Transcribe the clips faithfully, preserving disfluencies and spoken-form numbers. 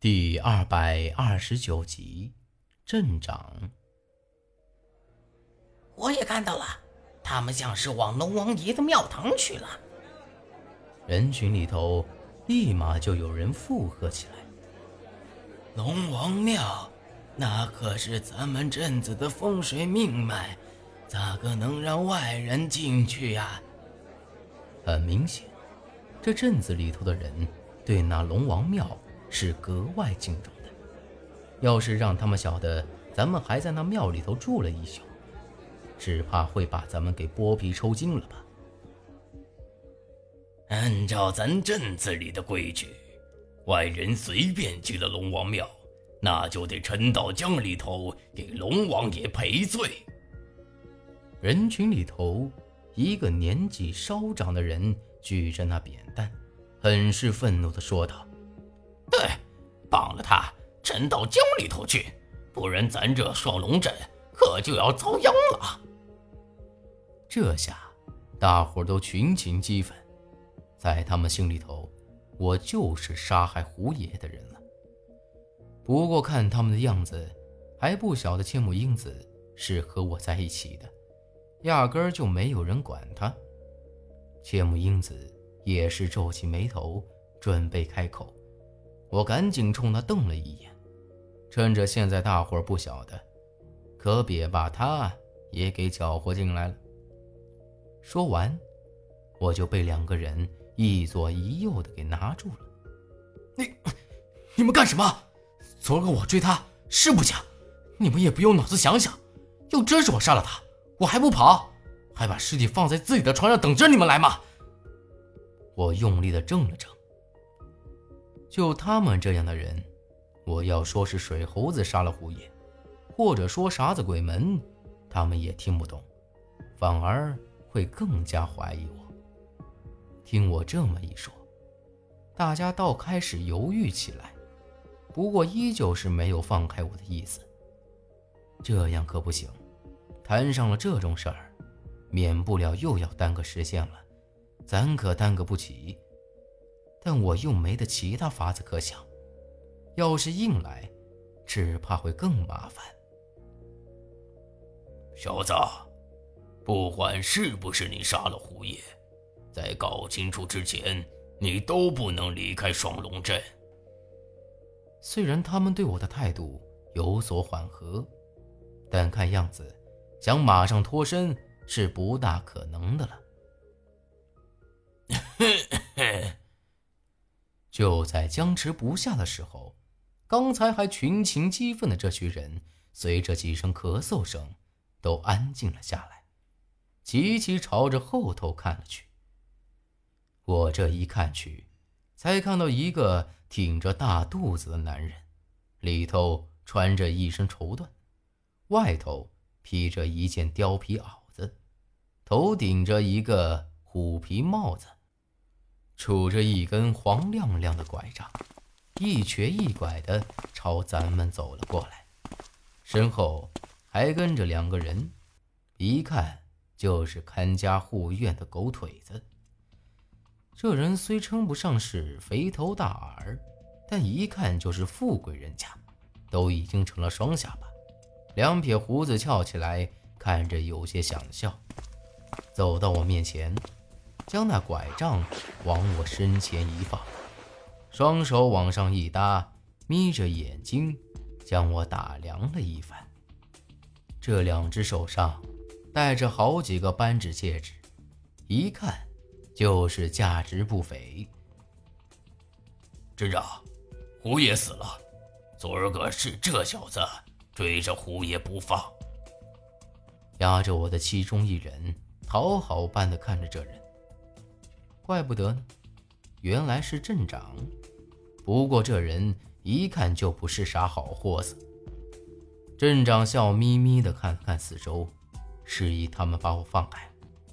第二百二十九集，镇长。 我也看到了，他们像是往龙王爷的庙堂去了。 人群里头立马就有人附和起来。 龙王庙，那可是咱们镇子的风水命脉，咋个能让外人进去呀？ 很明显，这镇子里头的人对那龙王庙是格外敬重的。要是让他们晓得咱们还在那庙里头住了一宿，只怕会把咱们给剥皮抽筋了吧。 按照咱镇子里的规矩，外人随便进了龙王庙，那就得沉到江里头给龙王爷赔罪。 人群里头一个年纪稍长的人举着那扁担，很是愤怒地说道： 对，绑了他沉到江里头去，不然咱这双龙镇可就要遭殃了。 这下大伙都群情激愤，在他们心里头，我就是杀害胡爷的人了。不过看他们的样子，还不晓得千木英子是和我在一起的，压根儿就没有人管他。千木英子也是皱起眉头，准备开口。我赶紧冲他瞪了一眼，趁着现在大伙不晓得，可别把他也给搅和进来了。说完，我就被两个人一左一右的给拿住了。 你你们干什么？昨个我追他是不假，你们也不用脑子想想，要真是我杀了他，我还不跑，还把尸体放在自己的床上等着你们来吗？ 我用力的怔了怔。就他们这样的人，我要说是水猴子杀了胡爷，或者说啥子鬼门，他们也听不懂，反而会更加怀疑我。听我这么一说，大家倒开始犹豫起来，不过依旧是没有放开我的意思。这样可不行，摊上了这种事儿，免不了又要耽搁时间了，咱可耽搁不起。但我又没得其他法子可想，要是硬来，只怕会更麻烦。 小子，不管是不是你杀了胡爷，在搞清楚之前，你都不能离开双龙镇。 虽然他们对我的态度有所缓和，但看样子想马上脱身是不大可能的了。就在僵持不下的时候，刚才还群情激愤的这群人随着几声咳嗽声都安静了下来，齐齐朝着后头看了去。我这一看去，才看到一个挺着大肚子的男人，里头穿着一身绸缎，外头披着一件貂皮袄子，头顶着一个虎皮帽子，杵着一根黄亮亮的拐杖，一瘸一拐地朝咱们走了过来，身后还跟着两个人，一看就是看家护院的狗腿子。这人虽称不上是肥头大耳，但一看就是富贵人家，都已经成了双下巴，两撇胡子翘起来，看着有些想笑。走到我面前，将那拐杖往我身前一放，双手往上一搭，眯着眼睛将我打量了一番。这两只手上戴着好几个扳指戒指，一看就是价值不菲。 镇长，胡爷死了，昨儿个是这小子追着胡爷不放。 压着我的其中一人讨好般的看着这人，怪不得呢，原来是镇长。不过这人一看就不是啥好货色。镇长笑眯眯的看了看四周，示意他们把我放开。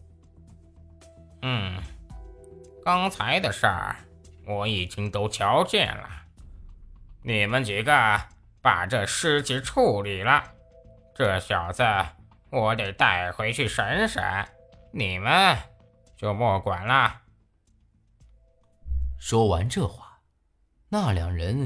嗯，刚才的事儿我已经都瞧见了，你们几个把这尸体处理了，这小子我得带回去审审，你们就莫管了。 说完这话，那两人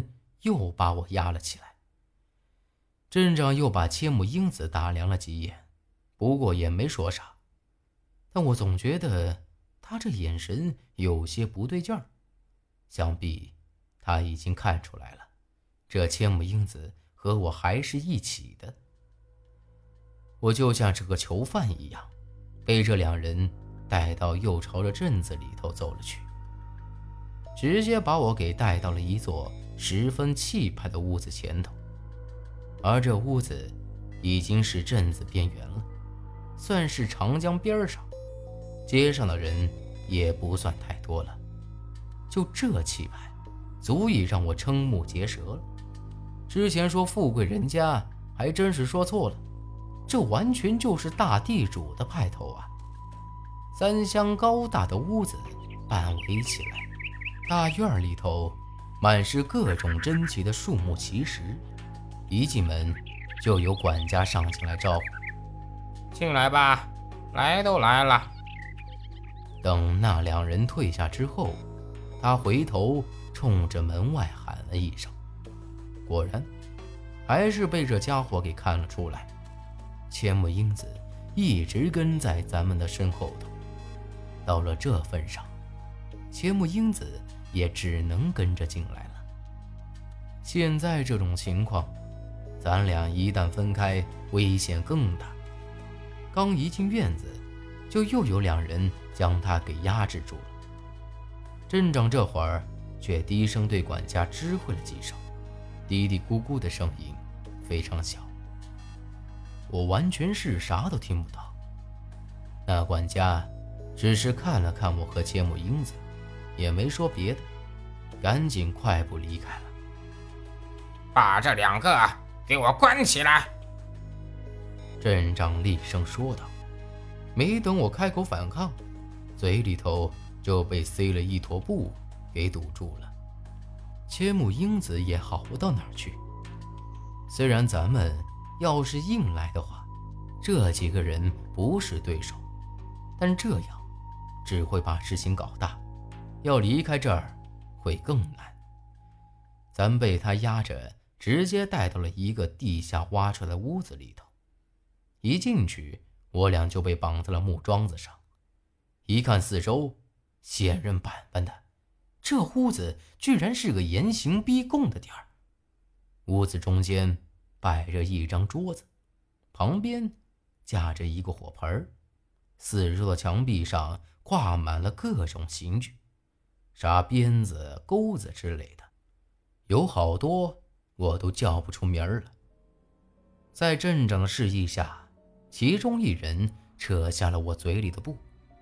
又把我压了起来。镇长又把千木英子打量了几眼，不过也没说啥，但我总觉得他这眼神有些不对劲儿，想必他已经看出来了，这千木英子和我还是一起的。我就像是个囚犯一样，被这两人带到又朝着镇子里头走了去，直接把我给带到了一座十分气派的屋子前头。而这屋子已经是镇子边缘了，算是长江边上，街上的人也不算太多了，就这气派足以让我瞠目结舌了。之前说富贵人家还真是说错了，这完全就是大地主的派头啊！三厢高大的屋子半围起来，大院里头满是各种珍奇的树木奇石，一进门就有管家上前来招呼：“ 进来吧，来都来了。” 等那两人退下之后，他回头冲着门外喊了一声，果然还是被这家伙给看了出来。千木英子一直跟在咱们的身后头，到了这份上，千木英子也只能跟着进来了。现在这种情况，咱俩一旦分开，危险更大。刚一进院子，就又有两人将他给压制住了。镇长这会儿却低声对管家知会了几声，嘀嘀咕咕的声音非常小，我完全是啥都听不到。那管家只是看了看我和千木英子，也没说别的，赶紧快步离开了。 把这两个给我关起来！ 镇长厉声说道。没等我开口反抗，嘴里头就被塞了一坨布给堵住了。千木英子也好不到哪儿去。虽然咱们要是硬来的话，这几个人不是对手，但这样只会把事情搞大，要离开这儿会更难。咱被他压着直接带到了一个地下挖出来的屋子里头，一进去我俩就被绑在了木桩子上。一看四周，显认板板的，这屋子居然是个严刑逼供的地儿。屋子中间摆着一张桌子，旁边架着一个火盆，四周的墙壁上挂满了各种刑具，啥鞭子、钩子之类的，有好多我都叫不出名儿了。在镇长的示意下，其中一人扯下了我嘴里的布。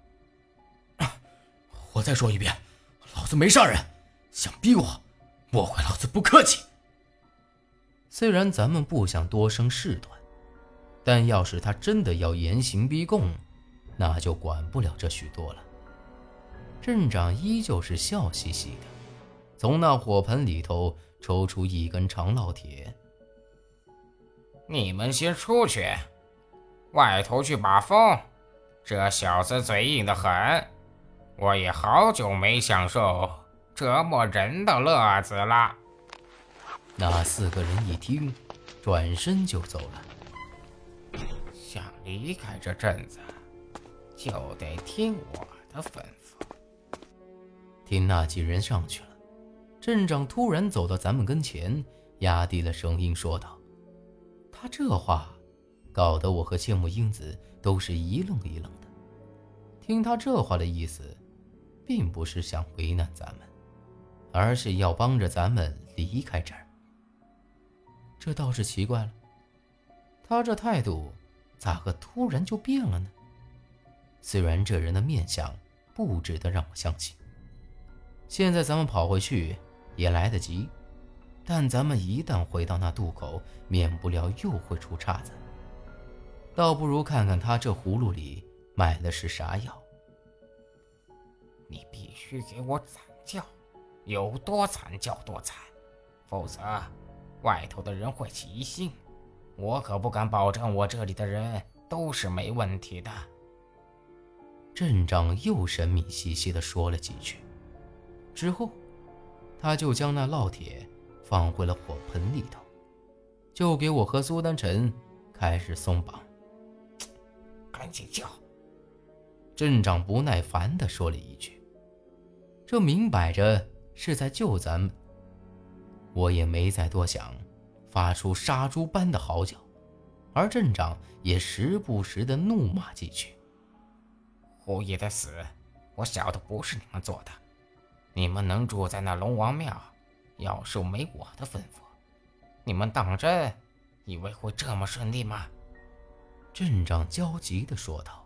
我再说一遍，老子没杀人，想逼我，莫怪老子不客气。 虽然咱们不想多生事端，但要是他真的要严刑逼供，那就管不了这许多了。镇长依旧是笑嘻嘻的，从那火盆里头抽出一根长烙铁。 你们先出去，外头去把风，这小子嘴硬得很，我也好久没享受折磨人的乐子了。 那四个人一听，转身就走了。 想离开这镇子，就得听我的吩咐。 听那几人上去了，镇长突然走到咱们跟前，压低了声音说道。他这话搞得我和千木英子都是一愣一愣的。听他这话的意思，并不是想为难咱们，而是要帮着咱们离开这儿。这倒是奇怪了，他这态度咋个突然就变了呢？虽然这人的面相不值得让我相信，现在咱们跑回去也来得及，但咱们一旦回到那渡口，免不了又会出岔子。倒不如看看他这葫芦里卖的是啥药。 你必须给我惨叫，有多惨叫多惨，否则外头的人会起疑心，我可不敢保证我这里的人都是没问题的。 镇长又神秘兮兮地说了几句，之后他就将那烙铁放回了火盆里头，就给我和苏丹臣开始松绑。 赶紧叫！ 镇长不耐烦地说了一句，这明摆着是在救咱们。我也没再多想，发出杀猪般的嚎叫，而镇长也时不时地怒骂几句。 胡爷的死，我晓得不是你们做的。你们能住在那龙王庙，要是没我的吩咐，你们当真以为会这么顺利吗？ 镇长焦急地说道。